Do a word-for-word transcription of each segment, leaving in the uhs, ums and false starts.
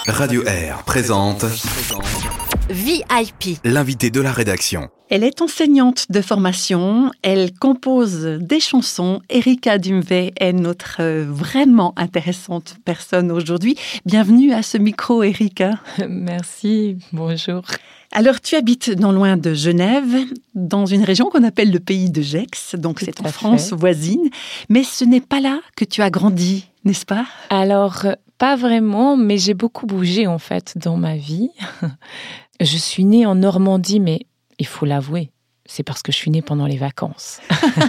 Radio Air présente V I P, l'invité de la rédaction. Elle est enseignante de formation, elle compose des chansons. Erika Dumvey est notre vraiment intéressante personne aujourd'hui. Bienvenue à ce micro, Erika. Merci, bonjour. Alors, tu habites non loin de Genève, dans une région qu'on appelle le pays de Gex, donc c'est en France voisine. Mais ce n'est pas là que tu as grandi, n'est-ce pas ? Alors, pas vraiment, mais j'ai beaucoup bougé en fait dans ma vie. Je suis née en Normandie, mais il faut l'avouer, c'est parce que je suis née pendant les vacances.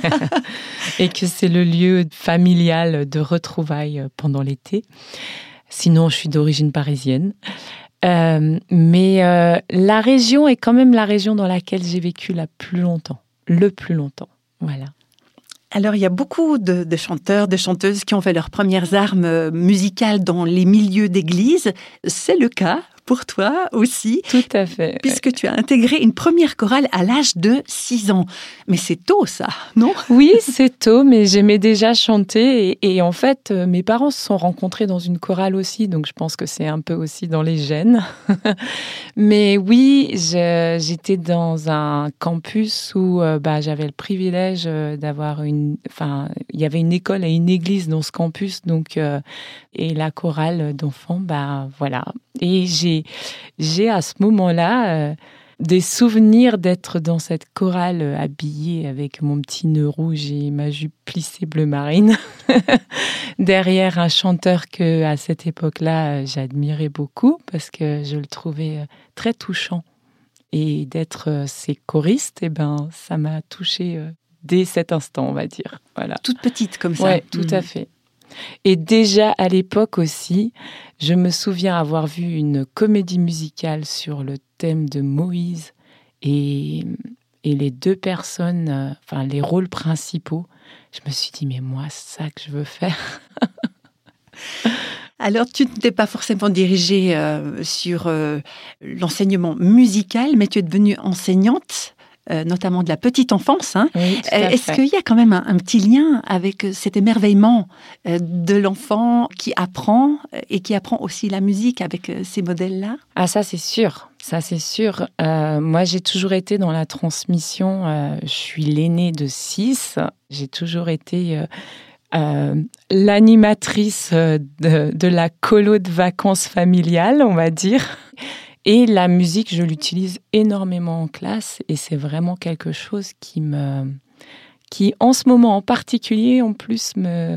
Et que c'est le lieu familial de retrouvailles pendant l'été. Sinon, je suis d'origine parisienne. Euh, mais euh, la région est quand même la région dans laquelle j'ai vécu la plus longtemps, le plus longtemps, voilà. Alors, il y a beaucoup de, de chanteurs, de chanteuses qui ont fait leurs premières armes musicales dans les milieux d'église. C'est le cas pour toi aussi. Tout à fait. Puisque tu as intégré une première chorale à l'âge de six ans. Mais c'est tôt, ça, non ? Oui, c'est tôt, mais j'aimais déjà chanter. Et, et en fait, mes parents se sont rencontrés dans une chorale aussi, donc je pense que c'est un peu aussi dans les gènes. Mais oui, je, j'étais dans un campus où euh, bah, j'avais le privilège d'avoir une... Enfin, il y avait une école et une église dans ce campus, donc... Euh, et la chorale d'enfants, bah voilà. Et j'ai, j'ai à ce moment-là euh, des souvenirs d'être dans cette chorale euh, habillée avec mon petit nœud rouge et ma jupe plissée bleu marine, derrière un chanteur que à cette époque-là euh, j'admirais beaucoup parce que je le trouvais euh, très touchant. Et d'être euh, ses choristes, eh ben ça m'a touchée euh, dès cet instant, on va dire. Voilà. Toute petite comme ça. Ouais, tout mmh. à fait. Et déjà à l'époque aussi, je me souviens avoir vu une comédie musicale sur le thème de Moïse et, et les deux personnes, euh, enfin les rôles principaux. Je me suis dit, mais moi, c'est ça que je veux faire. Alors, tu ne t'es pas forcément dirigée euh, sur euh, l'enseignement musical, mais tu es devenue enseignante. Euh, notamment de la petite enfance. Hein. Oui, tout à Est-ce fait. qu'il y a quand même un, un petit lien avec cet émerveillement euh, de l'enfant qui apprend et qui apprend aussi la musique avec euh, ces modèles-là ? Ah, ça c'est sûr, ça c'est sûr. Euh, moi, j'ai toujours été dans la transmission. Euh, je suis l'aînée de six. J'ai toujours été... Euh, Euh, l'animatrice de, de la colo de vacances familiales, on va dire. Et la musique, je l'utilise énormément en classe et c'est vraiment quelque chose qui me, qui en ce moment en particulier, en plus, me,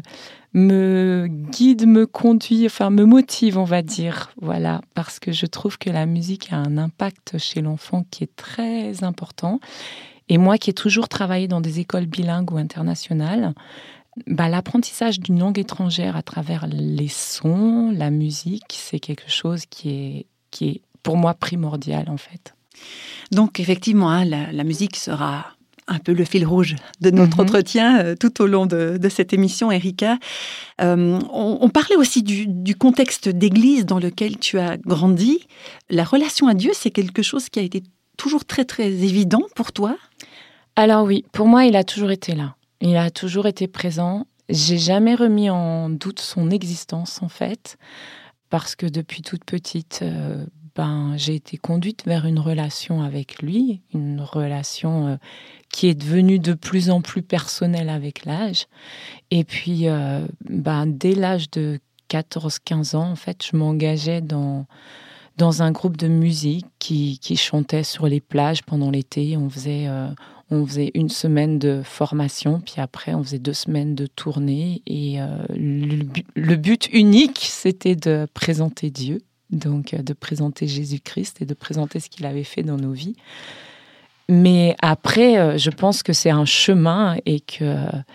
me guide, me conduit, enfin me motive, on va dire. Voilà, parce que je trouve que la musique a un impact chez l'enfant qui est très important. Et moi qui ai toujours travaillé dans des écoles bilingues ou internationales, bah, l'apprentissage d'une langue étrangère à travers les sons, la musique, c'est quelque chose qui est, qui est pour moi primordial en fait. Donc effectivement, hein, la, la musique sera un peu le fil rouge de notre mm-hmm. entretien euh, tout au long de, de cette émission, Erika. Euh, on, on parlait aussi du, du contexte d'église dans lequel tu as grandi. La relation à Dieu, c'est quelque chose qui a été toujours très très évident pour toi ? Alors oui, pour moi, il a toujours été là. Il a toujours été présent. J'ai jamais remis en doute son existence, en fait, parce que depuis toute petite, euh, ben, j'ai été conduite vers une relation avec lui, une relation euh, qui est devenue de plus en plus personnelle avec l'âge. Et puis, euh, ben, dès l'âge de quatorze quinze ans, en fait, je m'engageais dans... dans un groupe de musique qui, qui chantait sur les plages pendant l'été. On faisait, euh, on faisait une semaine de formation, puis après, on faisait deux semaines de tournée. Et euh, le, le but unique, c'était de présenter Dieu, donc de présenter Jésus-Christ et de présenter ce qu'il avait fait dans nos vies. Mais après, je pense que c'est un chemin et que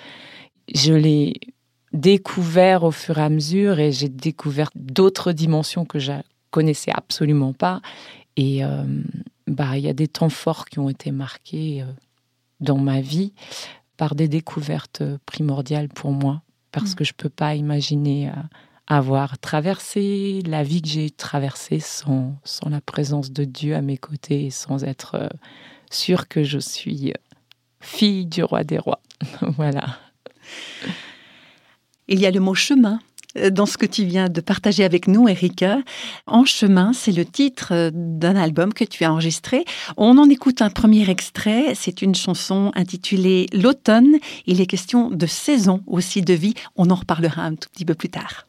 je l'ai découvert au fur et à mesure et j'ai découvert d'autres dimensions que j'ai connaissais absolument pas et euh, bah il y a des temps forts qui ont été marqués euh, dans ma vie par des découvertes primordiales pour moi parce mmh. que je peux pas imaginer euh, avoir traversé la vie que j'ai traversée sans sans la présence de Dieu à mes côtés et sans être euh, sûre que je suis fille du roi des rois. Voilà. Il y a le mot chemin dans ce que tu viens de partager avec nous, Erika. En chemin, c'est le titre d'un album que tu as enregistré. On en écoute un premier extrait. C'est une chanson intitulée L'automne. Il est question de saison, aussi de vie. On en reparlera un tout petit peu plus tard.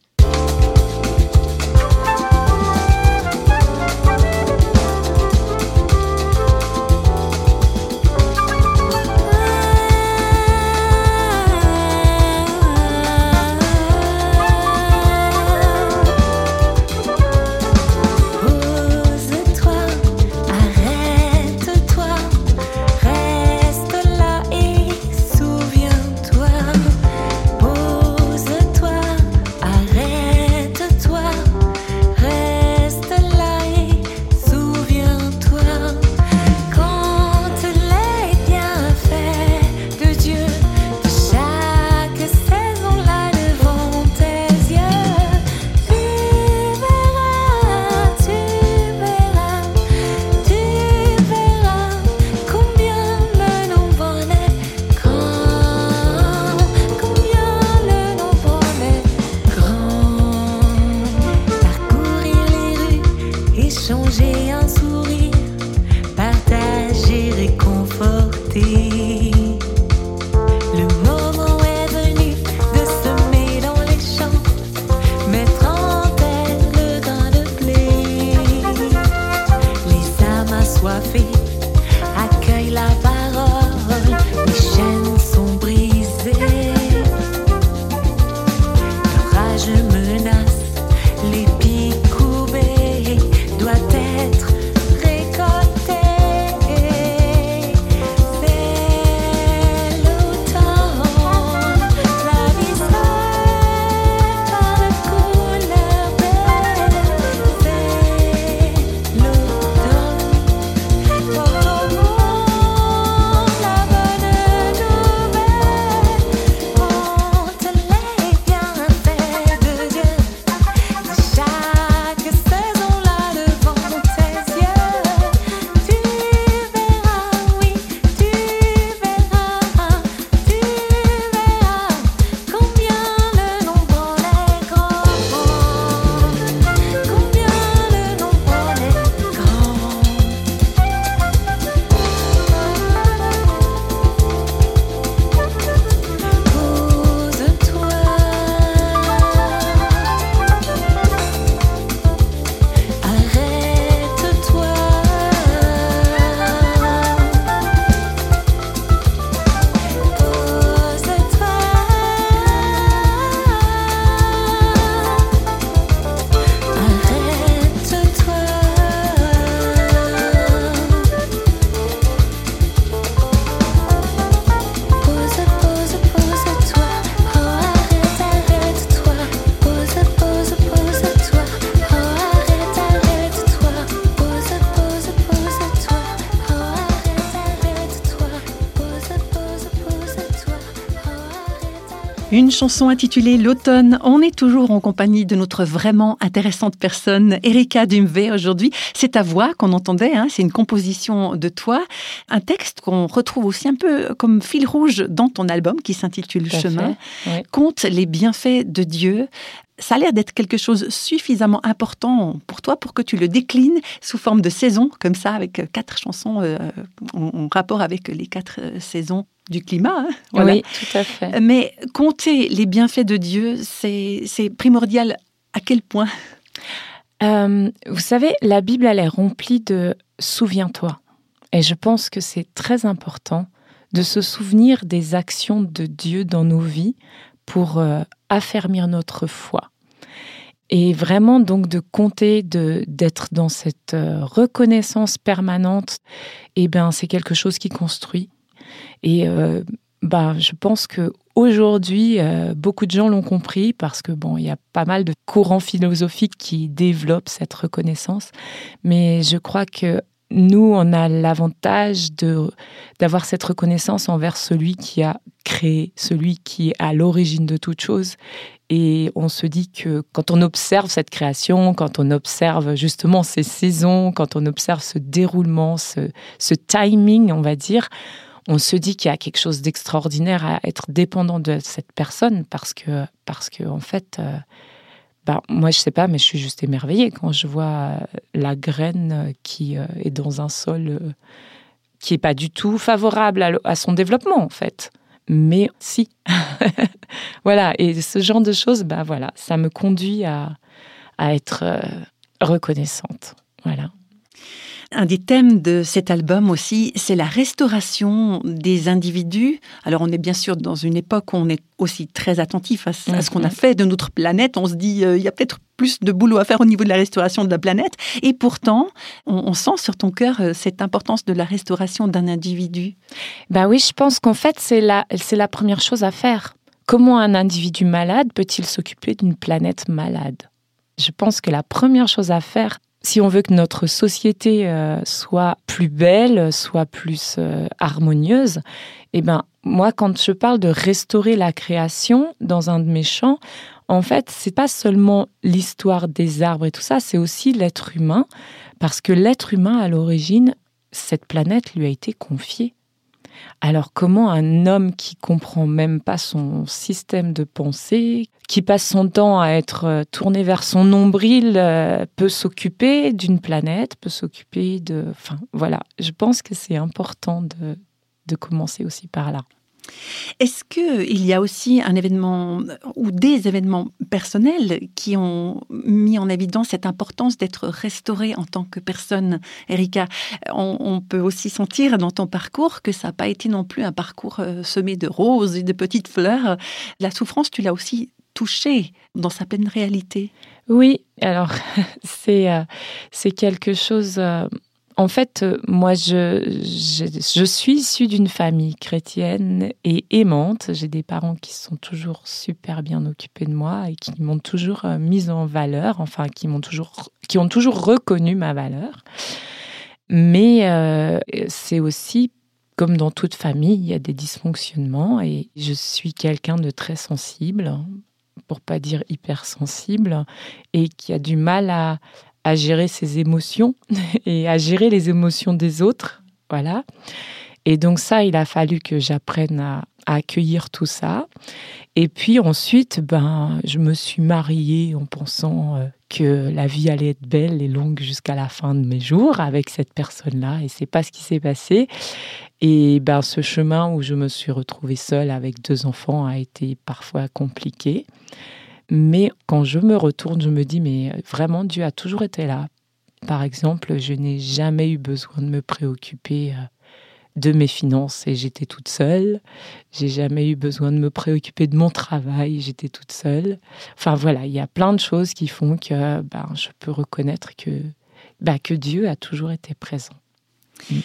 Une chanson intitulée L'automne. On est toujours en compagnie de notre vraiment intéressante personne, Erika Dumvé, aujourd'hui. C'est ta voix qu'on entendait, hein, c'est une composition de toi. Un texte qu'on retrouve aussi un peu comme fil rouge dans ton album qui s'intitule Chemin. Oui. Compte les bienfaits de Dieu. Ça a l'air d'être quelque chose suffisamment important pour toi pour que tu le déclines sous forme de saison, comme ça, avec quatre chansons euh, en, en rapport avec les quatre saisons du climat. Hein, voilà. Oui, tout à fait. Mais compter les bienfaits de Dieu, c'est, c'est primordial à quel point ? euh, Vous savez, la Bible, elle est remplie de « souviens-toi ». Et je pense que c'est très important de se souvenir des actions de Dieu dans nos vies pour euh, affermir notre foi. Et vraiment, donc, de compter, de, d'être dans cette euh, reconnaissance permanente, eh ben, c'est quelque chose qui construit. Et euh, bah, je pense qu'aujourd'hui, euh, beaucoup de gens l'ont compris parce que, bon, il y a pas mal de courants philosophiques qui développent cette reconnaissance. Mais je crois que nous, on a l'avantage de, d'avoir cette reconnaissance envers celui qui a créé, celui qui est à l'origine de toute chose. Et on se dit que quand on observe cette création, quand on observe justement ces saisons, quand on observe ce déroulement, ce, ce timing, on va dire, on se dit qu'il y a quelque chose d'extraordinaire à être dépendant de cette personne parce que, parce que en fait, euh, bah, moi, je sais pas, mais je suis juste émerveillée quand je vois la graine qui est dans un sol qui est pas du tout favorable à, à son développement, en fait. Mais si. Voilà. Et ce genre de choses, bah, voilà, ça me conduit à, à être euh, reconnaissante. Voilà. Un des thèmes de cet album aussi, c'est la restauration des individus. Alors, on est bien sûr dans une époque où on est aussi très attentif à, à mmh. ce qu'on a fait de notre planète. On se dit, euh, il y a peut-être plus de boulot à faire au niveau de la restauration de la planète. Et pourtant, on, on sent sur ton cœur euh, cette importance de la restauration d'un individu. Ben oui, je pense qu'en fait, c'est la, c'est la première chose à faire. Comment un individu malade peut-il s'occuper d'une planète malade ? Je pense que la première chose à faire, si on veut que notre société euh, soit plus belle, soit plus euh, harmonieuse, eh ben, moi, quand je parle de restaurer la création dans un de mes chants, en fait, c'est pas seulement l'histoire des arbres et tout ça, c'est aussi l'être humain, parce que l'être humain, à l'origine, cette planète lui a été confiée. Alors comment un homme qui comprend même pas son système de pensée, qui passe son temps à être tourné vers son nombril, euh, peut s'occuper d'une planète, peut s'occuper de... Enfin, voilà, je pense que c'est important de, de commencer aussi par là. Est-ce qu'il y a aussi un événement ou des événements personnels qui ont mis en évidence cette importance d'être restauré en tant que personne, Erika? On, on peut aussi sentir dans ton parcours que ça n'a pas été non plus un parcours semé de roses et de petites fleurs. La souffrance, tu l'as aussi touchée dans sa pleine réalité. Oui, alors c'est, euh, c'est quelque chose... Euh... En fait, moi, je, je, je suis issue d'une famille chrétienne et aimante. J'ai des parents qui sont toujours super bien occupés de moi et qui m'ont toujours mise en valeur, enfin, qui m'ont toujours, qui ont toujours reconnu ma valeur. Mais euh, c'est aussi, comme dans toute famille, il y a des dysfonctionnements et je suis quelqu'un de très sensible, pour pas dire hypersensible, et qui a du mal à... à gérer ses émotions et à gérer les émotions des autres, voilà. Et donc ça, il a fallu que j'apprenne à, à accueillir tout ça. Et puis ensuite, ben, je me suis mariée en pensant que la vie allait être belle et longue jusqu'à la fin de mes jours avec cette personne-là. Et c'est pas ce qui s'est passé. Et ben, ce chemin où je me suis retrouvée seule avec deux enfants a été parfois compliqué. Mais quand je me retourne, je me dis, mais vraiment, Dieu a toujours été là. Par exemple, je n'ai jamais eu besoin de me préoccuper de mes finances et j'étais toute seule. J'ai jamais eu besoin de me préoccuper de mon travail, j'étais toute seule. Enfin voilà, il y a plein de choses qui font que ben, je peux reconnaître que, ben, que Dieu a toujours été présent. Mm.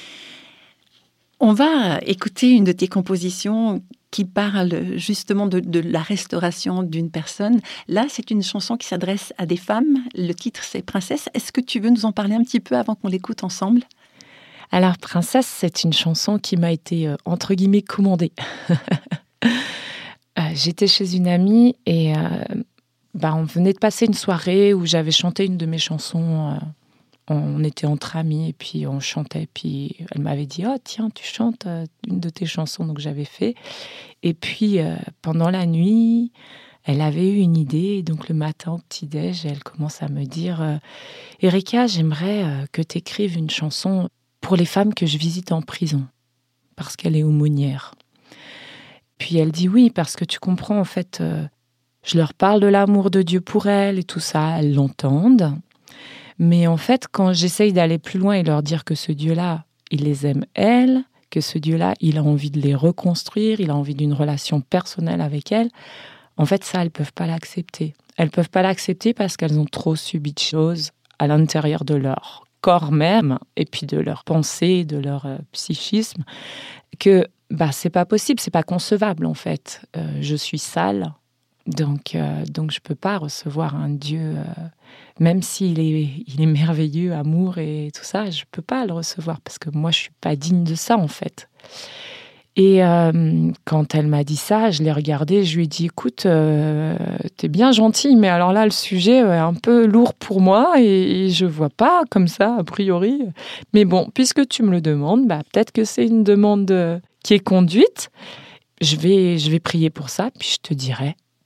On va écouter une de tes compositions qui parle justement de, de la restauration d'une personne. Là, c'est une chanson qui s'adresse à des femmes. Le titre, c'est Princesse. Est-ce que tu veux nous en parler un petit peu avant qu'on l'écoute ensemble ? Alors, Princesse, c'est une chanson qui m'a été, euh, entre guillemets, commandée. euh, j'étais chez une amie et euh, bah, on venait de passer une soirée où j'avais chanté une de mes chansons. Euh, on était entre amis et puis on chantait. Puis elle m'avait dit « Oh, tiens, tu chantes une de tes chansons. » Donc, j'avais fait. Et puis, euh, pendant la nuit, elle avait eu une idée. Et donc, le matin, au petit-déj, elle commence à me dire euh, « Erika, j'aimerais euh, que tu écrives une chanson pour les femmes que je visite en prison. » Parce qu'elle est aumônière. Puis, elle dit « Oui, parce que tu comprends, en fait, euh, je leur parle de l'amour de Dieu pour elles et tout ça. Elles l'entendent. Mais en fait, quand j'essaye d'aller plus loin et leur dire que ce Dieu-là, il les aime elles, que ce Dieu-là, il a envie de les reconstruire, il a envie d'une relation personnelle avec elles, en fait, ça, elles ne peuvent pas l'accepter. Elles ne peuvent pas l'accepter parce qu'elles ont trop subi de choses à l'intérieur de leur corps même, et puis de leur pensée, de leur euh, psychisme, que bah, c'est pas possible, c'est pas concevable, en fait. Euh, je suis sale. Donc, euh, donc je ne peux pas recevoir un Dieu, euh, même s'il est, il est merveilleux, amour et tout ça, je ne peux pas le recevoir parce que moi, je ne suis pas digne de ça, en fait. Et euh, quand elle m'a dit ça, je l'ai regardée, je lui ai dit, écoute, euh, t'es bien gentille, mais alors là, le sujet est un peu lourd pour moi et, et je ne vois pas comme ça, a priori. Mais bon, puisque tu me le demandes, bah, peut-être que c'est une demande qui est conduite. Je vais, je vais prier pour ça, puis je te dirai.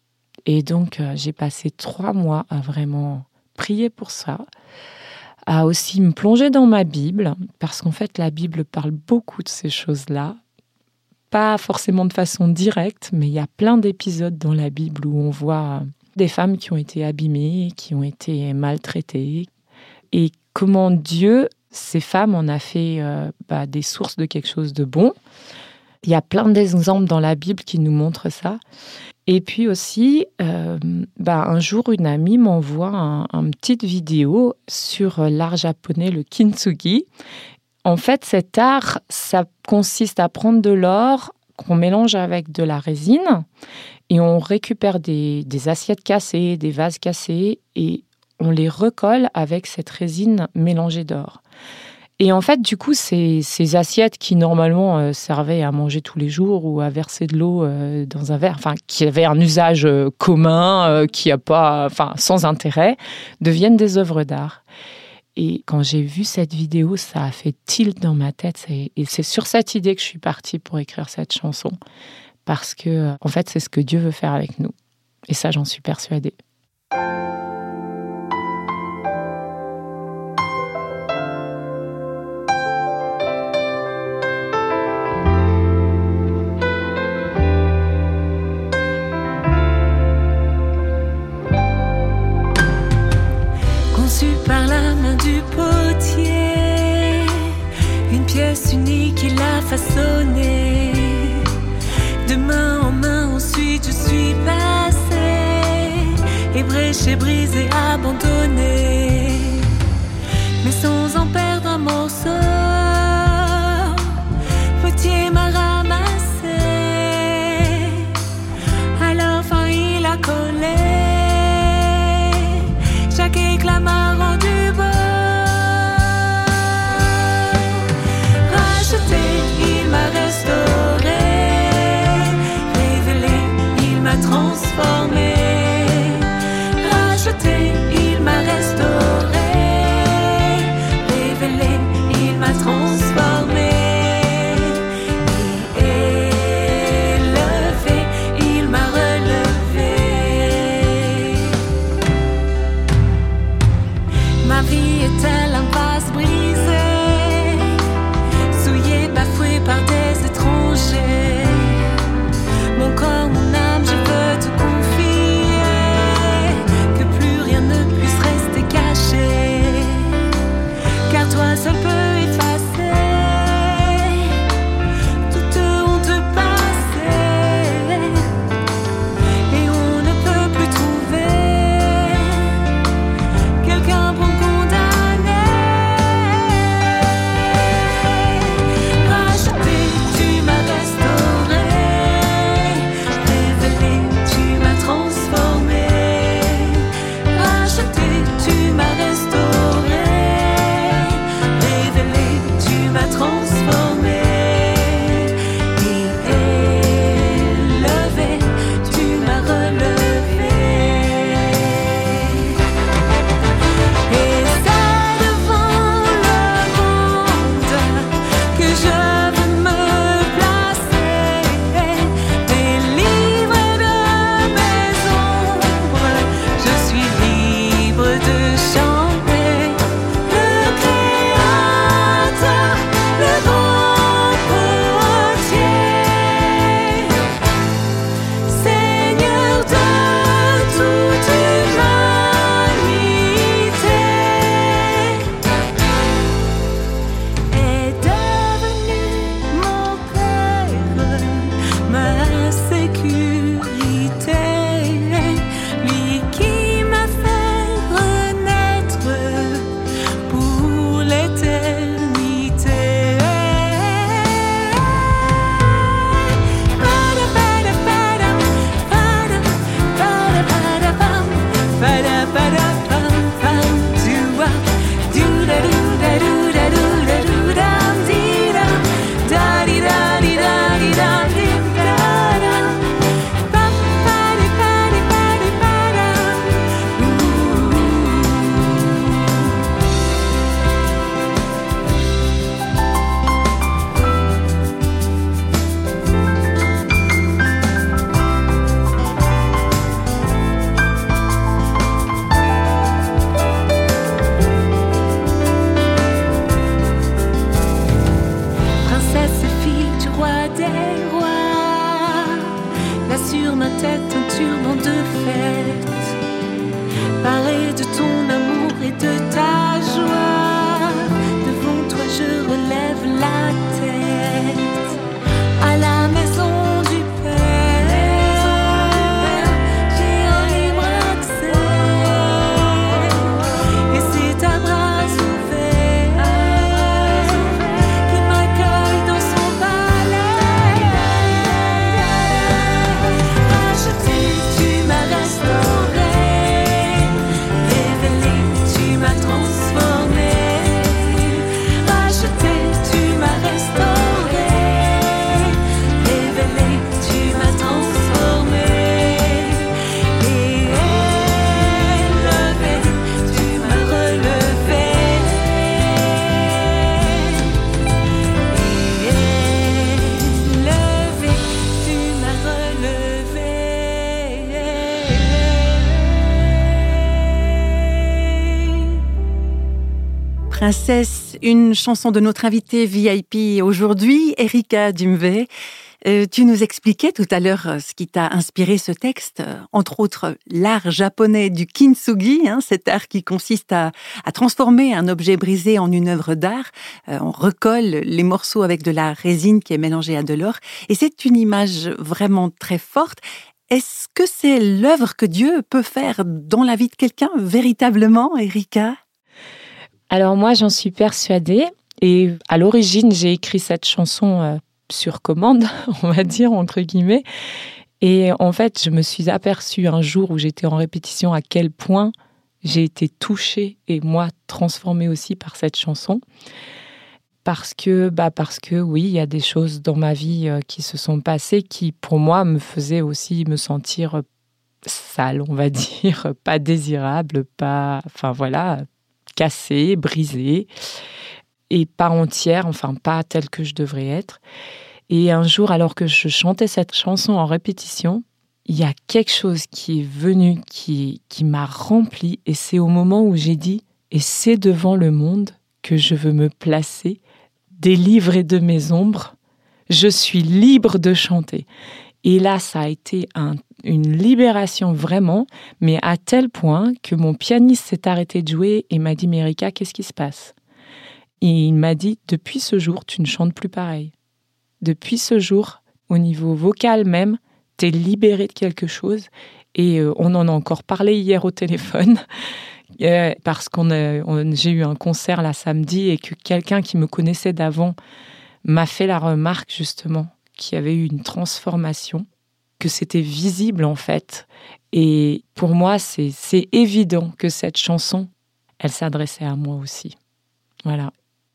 Et donc, euh, j'ai passé trois mois à vraiment prier pour ça, à aussi me plonger dans ma Bible, parce qu'en fait, la Bible parle beaucoup de ces choses-là. Pas forcément de façon directe, mais il y a plein d'épisodes dans la Bible où on voit des femmes qui ont été abîmées, qui ont été maltraitées, et comment Dieu, ces femmes, en a fait euh, bah, des sources de quelque chose de bon. Il y a plein d'exemples dans la Bible qui nous montrent ça. Et puis aussi, euh, bah, un jour, une amie m'envoie un, une petite vidéo sur l'art japonais, le kintsugi. En fait, cet art, ça consiste à prendre de l'or qu'on mélange avec de la résine et on récupère des, des assiettes cassées, des vases cassés et on les recolle avec cette résine mélangée d'or. Et en fait, du coup, ces, ces assiettes qui, normalement, euh, servaient à manger tous les jours ou à verser de l'eau euh, dans un verre, enfin, qui avaient un usage euh, commun, euh, qui a pas, enfin, sans intérêt, deviennent des œuvres d'art. Et quand j'ai vu cette vidéo, ça a fait tilt dans ma tête. Et c'est sur cette idée que je suis partie pour écrire cette chanson. Parce que, en fait, c'est ce que Dieu veut faire avec nous. Et ça, j'en suis persuadée. Par la main du potier, une pièce unique il a façonnée. De main en main ensuite je suis passée, ébréchée, brisée, abandonnée, mais sans en perdre un morceau. Potier m'a ramassée, à la fin il a collé. Chaque éclat m'a rendu beau. Racheté, il m'a restauré. Révélé, il m'a transformé. Racheté, il m'a restauré. Révélé, il m'a transformé. Et élevé, il m'a relevé. Ma vie est-elle un vase brisé, souillé, bafoué par des étrangers. Mon corps, mon âme, je veux te confier, que plus rien ne puisse rester caché, car toi seul peux effacer toute honte passée, et on ne peut plus trouver quelqu'un pour condamner. Princesse, une chanson de notre invitée V I P aujourd'hui, Erika Dumvé. Euh, tu nous expliquais tout à l'heure euh, ce qui t'a inspiré ce texte, euh, entre autres l'art japonais du kintsugi, hein, cet art qui consiste à, à transformer un objet brisé en une œuvre d'art. Euh, on recolle les morceaux avec de la résine qui est mélangée à de l'or. Et c'est une image vraiment très forte. Est-ce que c'est l'œuvre que Dieu peut faire dans la vie de quelqu'un, véritablement, Erika ? Alors moi, j'en suis persuadée. Et à l'origine, j'ai écrit cette chanson euh, sur commande, on va dire, entre guillemets. Et en fait, je me suis aperçue un jour où j'étais en répétition à quel point j'ai été touchée et moi transformée aussi par cette chanson. Parce que, bah parce que oui, il y a des choses dans ma vie euh, qui se sont passées qui, pour moi, me faisaient aussi me sentir sale, on va dire, pas désirable, pas, enfin voilà, cassée, brisée, et pas entière, enfin pas telle que je devrais être. Et un jour, alors que je chantais cette chanson en répétition, il y a quelque chose qui est venu, qui, qui m'a remplie, et c'est au moment où j'ai dit « Et c'est devant le monde que je veux me placer, délivrée de mes ombres, je suis libre de chanter. » Et là, ça a été un, une libération vraiment, mais à tel point que mon pianiste s'est arrêté de jouer et m'a dit « Mais Erika, qu'est-ce qui se passe ?» Et il m'a dit « Depuis ce jour, tu ne chantes plus pareil. Depuis ce jour, au niveau vocal même, t'es libérée de quelque chose. » Et euh, on en a encore parlé hier au téléphone. Euh, parce qu'on a, on, j'ai eu un concert là samedi et que quelqu'un qui me connaissait d'avant m'a fait la remarque justement qu'il y avait eu une transformation, que c'était visible en fait. Et pour moi, c'est, c'est évident que cette chanson, elle s'adressait à moi aussi. Voilà.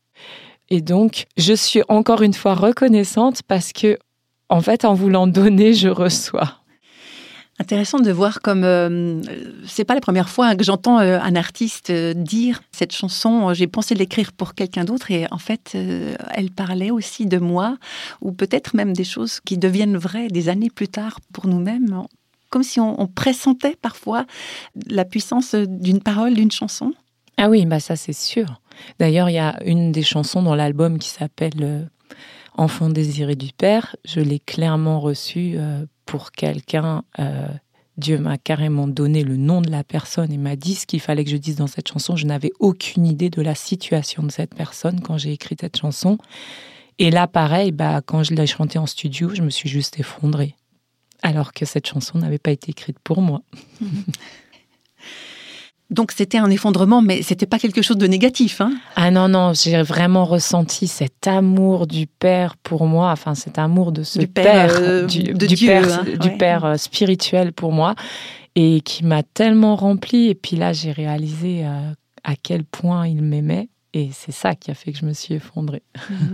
Et donc, je suis encore une fois reconnaissante parce que, en fait, en voulant donner, je reçois. Intéressant de voir comme euh, c'est pas la première fois que j'entends euh, un artiste euh, dire cette chanson, euh, j'ai pensé l'écrire pour quelqu'un d'autre et en fait euh, elle parlait aussi de moi ou peut-être même des choses qui deviennent vraies des années plus tard pour nous-mêmes, comme si on, on pressentait parfois la puissance d'une parole, d'une chanson. Ah oui, bah ça c'est sûr. D'ailleurs, il y a une des chansons dans l'album qui s'appelle euh, Enfant désiré du Père. Je l'ai clairement reçue euh, pour quelqu'un. Euh, Dieu m'a carrément donné le nom de la personne et m'a dit ce qu'il fallait que je dise dans cette chanson. Je n'avais aucune idée de la situation de cette personne quand j'ai écrit cette chanson. Et là, pareil, bah, quand je l'ai chantée en studio, je me suis juste effondrée. Alors que cette chanson n'avait pas été écrite pour moi. Donc c'était un effondrement, mais c'était pas quelque chose de négatif, hein ? Ah non, non, j'ai vraiment ressenti cet amour du Père pour moi, enfin cet amour de ce du Père, Père, euh, du, de du Dieu, Père, hein, du ouais. Père spirituel pour moi, et qui m'a tellement remplie. Et puis là, j'ai réalisé euh, à quel point il m'aimait, et c'est ça qui a fait que je me suis effondrée.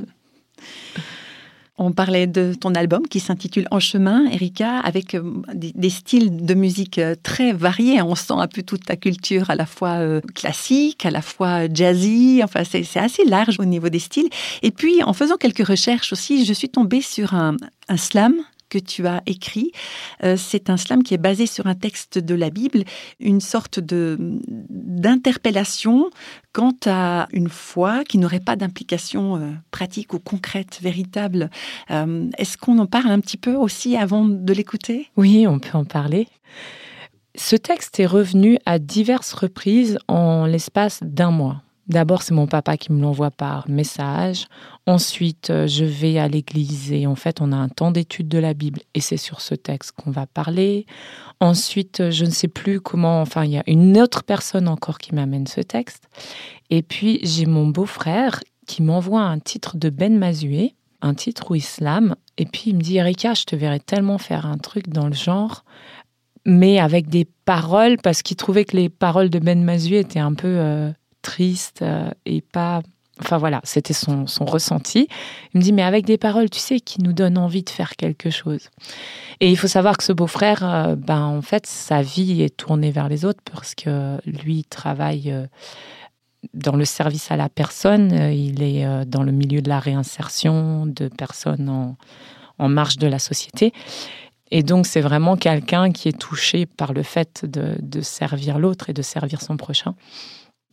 On parlait de ton album qui s'intitule En chemin, Erika, avec des, des styles de musique très variés. On sent un peu toute ta culture à la fois euh, classique, à la fois jazzy. Enfin, c'est, c'est assez large au niveau des styles. Et puis, en faisant quelques recherches aussi, je suis tombée sur un, un slam que tu as écrit. Euh, c'est un slam qui est basé sur un texte de la Bible, une sorte de, d'interpellation quant à une foi qui n'aurait pas d'implication euh, pratique ou concrète, véritable. Euh, est-ce qu'on en parle un petit peu aussi avant de l'écouter ? Oui, on peut en parler. Ce texte est revenu à diverses reprises en l'espace d'un mois. D'abord, c'est mon papa qui me l'envoie par message. Ensuite, je vais à l'église et en fait, on a un temps d'étude de la Bible et c'est sur ce texte qu'on va parler. Ensuite, je ne sais plus comment, enfin, il y a une autre personne encore qui m'amène ce texte. Et puis, j'ai mon beau-frère qui m'envoie un titre de Ben Mazué, un titre ou Islam. Et puis, il me dit, Erika, je te verrais tellement faire un truc dans le genre, mais avec des paroles, parce qu'il trouvait que les paroles de Ben Mazué étaient un peu... Euh, triste euh, et pas... Enfin voilà, c'était son, son ressenti. Il me dit, mais avec des paroles, tu sais, qui nous donnent envie de faire quelque chose. Et il faut savoir que ce beau-frère, euh, ben, en fait, sa vie est tournée vers les autres parce que lui, il travaille euh, dans le service à la personne. Euh, il est euh, dans le milieu de la réinsertion de personnes en, en marge de la société. Et donc, c'est vraiment quelqu'un qui est touché par le fait de, de servir l'autre et de servir son prochain.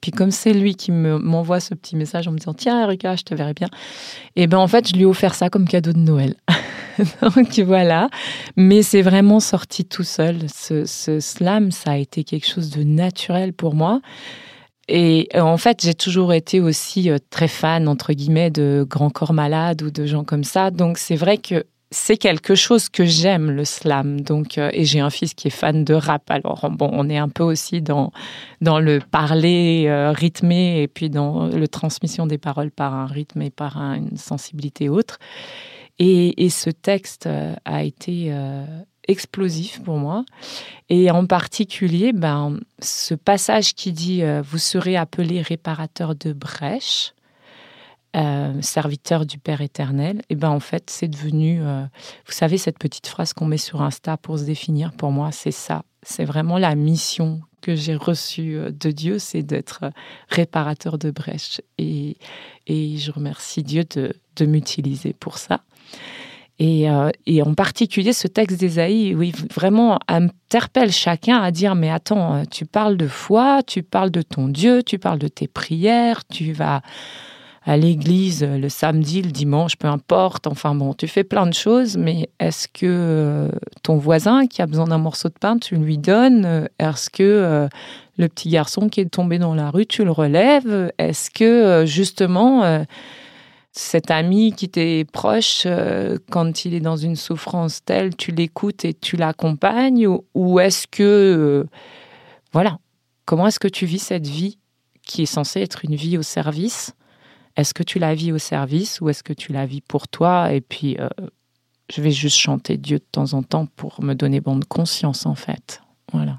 Puis comme c'est lui qui me, m'envoie ce petit message en me disant « Tiens, Erika, je te verrai bien », et ben en fait, je lui ai offert ça comme cadeau de Noël. Donc voilà, mais c'est vraiment sorti tout seul. Ce, ce slam, ça a été quelque chose de naturel pour moi. Et en fait, j'ai toujours été aussi très fan, entre guillemets, de Grand Corps Malade ou de gens comme ça. Donc c'est vrai que c'est quelque chose que j'aime, le slam. Donc, euh, et j'ai un fils qui est fan de rap. Alors, bon, on est un peu aussi dans, dans le parler euh, rythmé et puis dans la transmission des paroles par un rythme et par un, une sensibilité autre. Et, et ce texte euh, a été euh, explosif pour moi. Et en particulier, ben, ce passage qui dit euh, « Vous serez appelés réparateurs de brèches ». Euh, serviteur du Père éternel, et ben en fait, c'est devenu, euh, vous savez, cette petite phrase qu'on met sur Insta pour se définir, pour moi, c'est ça. C'est vraiment la mission que j'ai reçue de Dieu, c'est d'être réparateur de brèches. Et, et je remercie Dieu de, de m'utiliser pour ça. Et, euh, et en particulier, ce texte d'Ésaïe, oui, vraiment interpelle chacun à dire, mais attends, tu parles de foi, tu parles de ton Dieu, tu parles de tes prières, tu vas à l'église le samedi, le dimanche, peu importe. Enfin bon, tu fais plein de choses, mais est-ce que ton voisin qui a besoin d'un morceau de pain, tu lui donnes? Est-ce que euh, le petit garçon qui est tombé dans la rue, tu le relèves? Est-ce que euh, justement, euh, cet ami qui t'est proche, euh, quand il est dans une souffrance telle, tu l'écoutes et tu l'accompagnes? Ou, ou est-ce que... Euh, voilà. Comment est-ce que tu vis cette vie qui est censée être une vie au service? Est-ce que tu la vis au service ou est-ce que tu la vis pour toi? Et puis, euh, je vais juste chanter Dieu de temps en temps pour me donner bonne conscience, en fait. Voilà.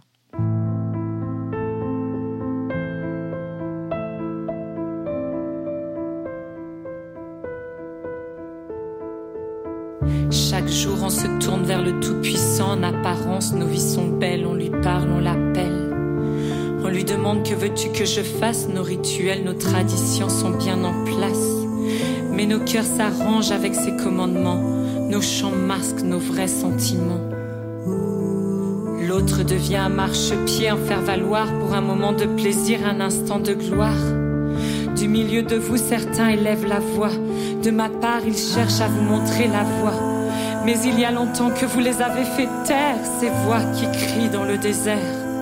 Chaque jour, on se tourne vers le Tout-Puissant. En apparence, nos vies sont belles. On lui parle, on l'appelle. On lui demande que veux-tu que je fasse? Nos rituels, nos traditions sont bien en place. Mais nos cœurs s'arrangent avec ses commandements. Nos chants masquent nos vrais sentiments. L'autre devient un marchepied, en faire valoir pour un moment de plaisir, un instant de gloire. Du milieu de vous, certains élèvent la voix. De ma part, ils cherchent à vous montrer la voie. Mais il y a longtemps que vous les avez fait taire, ces voix qui crient dans le désert.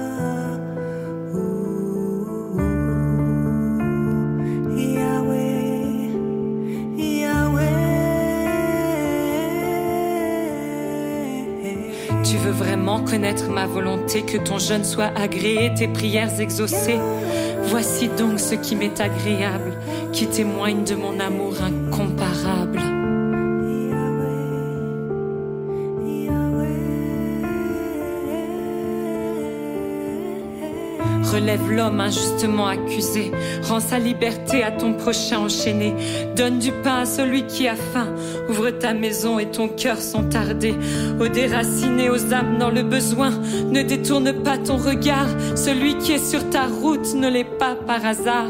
Connaître ma volonté, que ton jeûne soit agréé, tes prières exaucées. Voici donc ce qui m'est agréable, qui témoigne de mon amour incomparable. Relève l'homme injustement accusé, rends sa liberté à ton prochain enchaîné. Donne du pain à celui qui a faim, ouvre ta maison et ton cœur sont tardés. Aux déracinés, aux âmes dans le besoin, ne détourne pas ton regard. Celui qui est sur ta route ne l'est pas par hasard.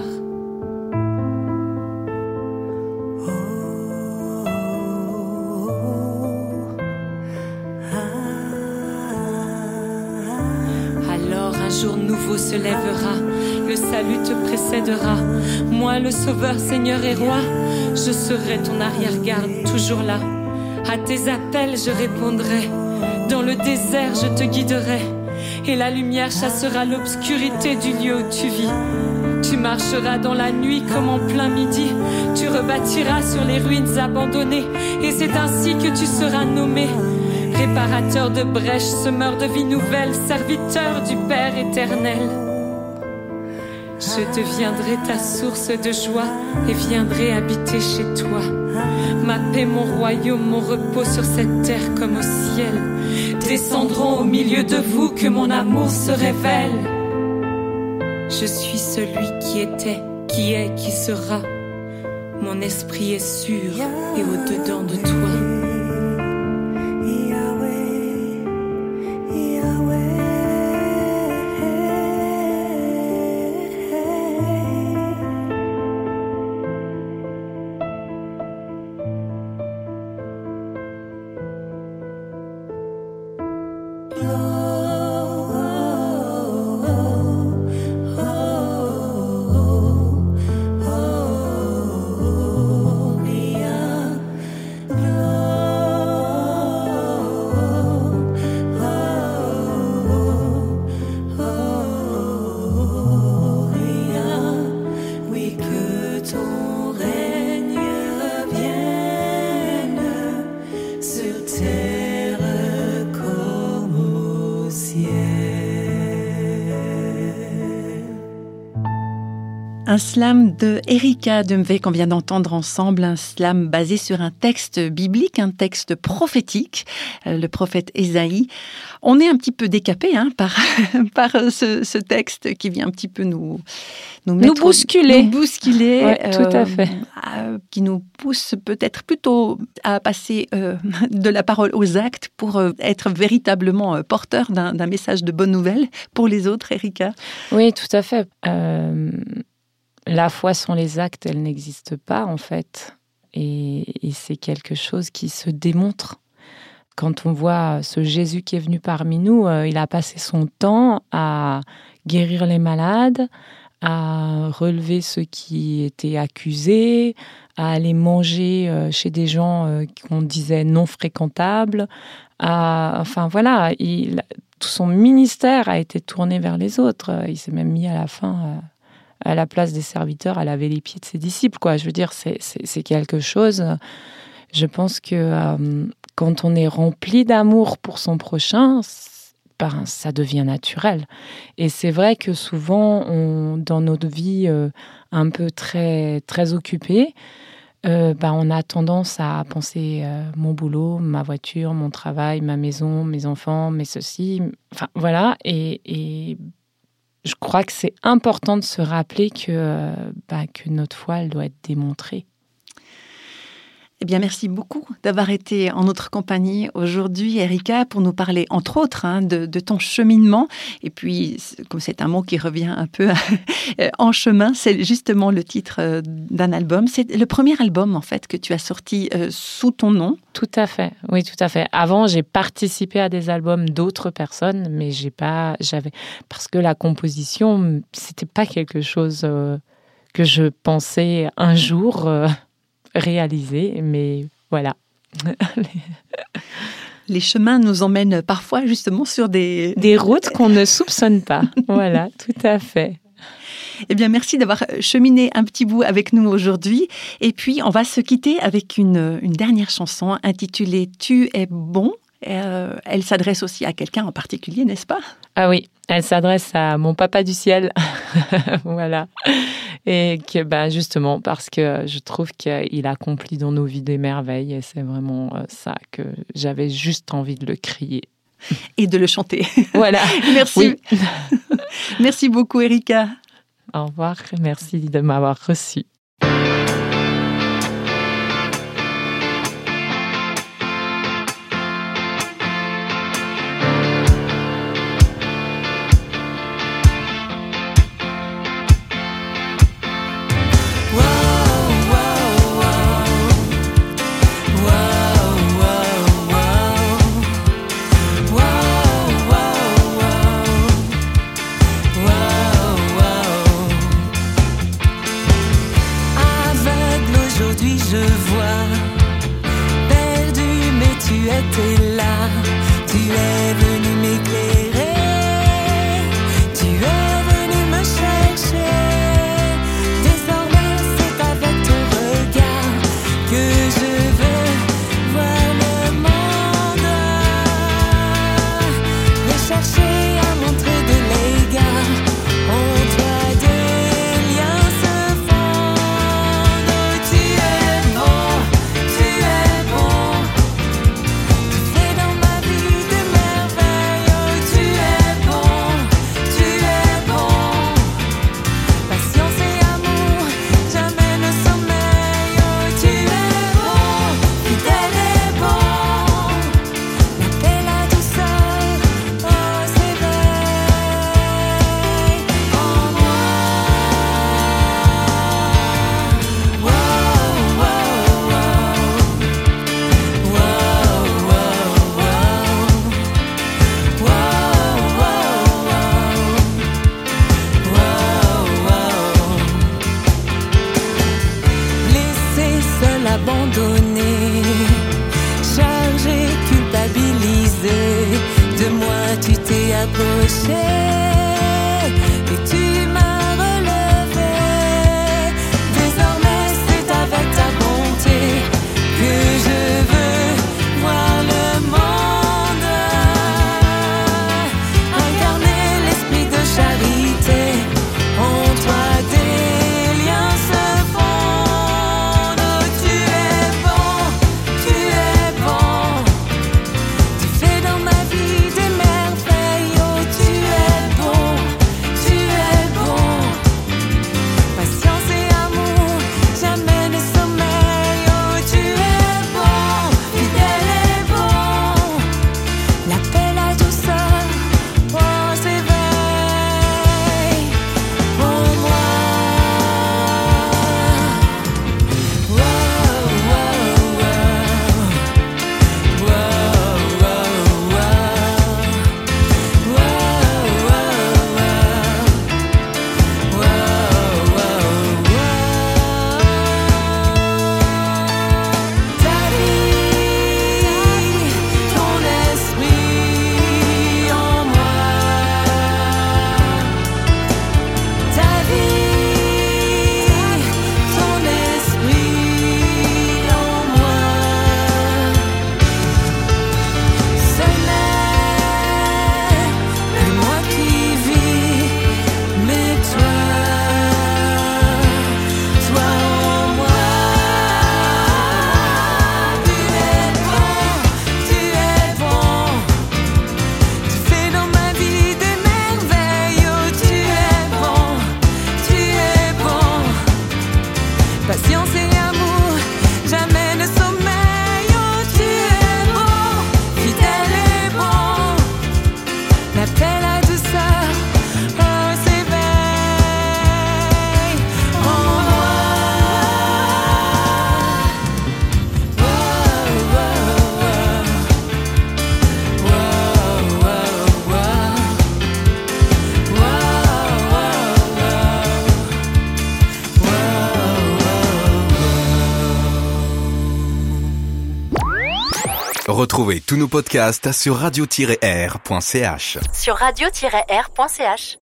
Se lèvera, le salut te précédera. Moi, le Sauveur, Seigneur et Roi, je serai ton arrière-garde, toujours là. À tes appels, je répondrai. Dans le désert, je te guiderai. Et la lumière chassera l'obscurité du lieu où tu vis. Tu marcheras dans la nuit comme en plein midi. Tu rebâtiras sur les ruines abandonnées. Et c'est ainsi que tu seras nommé. Réparateur de brèches, semeur de vie nouvelle, serviteur du Père éternel. Je deviendrai ta source de joie et viendrai habiter chez toi. Ma paix, mon royaume, mon repos sur cette terre comme au ciel. Descendront au milieu de vous, que mon amour se révèle. Je suis celui qui était, qui est, qui sera. Mon esprit est sûr et au-dedans de toi. Oh Un slam de Erika Dumvé qu'on vient d'entendre ensemble, un slam basé sur un texte biblique, un texte prophétique, euh, le prophète Ésaïe. On est un petit peu décapé hein, par, par ce, ce texte qui vient un petit peu nous... Nous, mettre, nous bousculer. Nous bousculer. Ouais, euh, tout à fait. Euh, qui nous pousse peut-être plutôt à passer euh, de la parole aux actes pour euh, être véritablement euh, porteur d'un, d'un message de bonne nouvelle pour les autres, Erika. Oui, tout à fait. Euh, la foi sans les actes, elle n'existe pas, en fait. Et, et c'est quelque chose qui se démontre. Quand on voit ce Jésus qui est venu parmi nous, euh, il a passé son temps à guérir les malades, à relever ceux qui étaient accusés, à aller manger chez des gens qu'on disait non fréquentables. À, enfin voilà, il, tout son ministère a été tourné vers les autres. Il s'est même mis à la fin, à la place des serviteurs, à laver les pieds de ses disciples. Quoi. Je veux dire, c'est, c'est, c'est quelque chose... Je pense que euh, quand on est rempli d'amour pour son prochain, ben, ça devient naturel. Et c'est vrai que souvent, on, dans notre vie euh, un peu très, très occupée, euh, ben, on a tendance à penser euh, mon boulot, ma voiture, mon travail, ma maison, mes enfants, mes ceci. Enfin, voilà. Et, et je crois que c'est important de se rappeler que, euh, ben, que notre foi, elle doit être démontrée. Eh bien, merci beaucoup d'avoir été en notre compagnie aujourd'hui, Erika, pour nous parler, entre autres, hein, de, de ton cheminement. Et puis, comme c'est un mot qui revient un peu en chemin, c'est justement le titre d'un album. C'est le premier album, en fait, que tu as sorti euh, sous ton nom. Tout à fait, oui, tout à fait. Avant, j'ai participé à des albums d'autres personnes, mais j'ai pas, j'avais, parce que la composition, c'était pas quelque chose euh, que je pensais un jour... Euh, réalisé, mais voilà. Les chemins nous emmènent parfois justement sur des... Des routes qu'on ne soupçonne pas. Voilà, tout à fait. Eh bien, merci d'avoir cheminé un petit bout avec nous aujourd'hui. Et puis, on va se quitter avec une, une dernière chanson intitulée « Tu es bon ». Euh, elle s'adresse aussi à quelqu'un en particulier, n'est-ce pas ? Ah oui, elle s'adresse à mon papa du ciel. Voilà. Et que, bah, justement, parce que je trouve qu'il accomplit dans nos vies des merveilles. Et c'est vraiment ça que j'avais juste envie de le crier. Et de le chanter. Voilà. Merci. Oui. Merci beaucoup, Erika. Au revoir. Merci de m'avoir reçue. Incarner l'esprit de charité en toi. Retrouvez tous nos podcasts sur radio tiret r point c h. Sur radio tiret r point c h.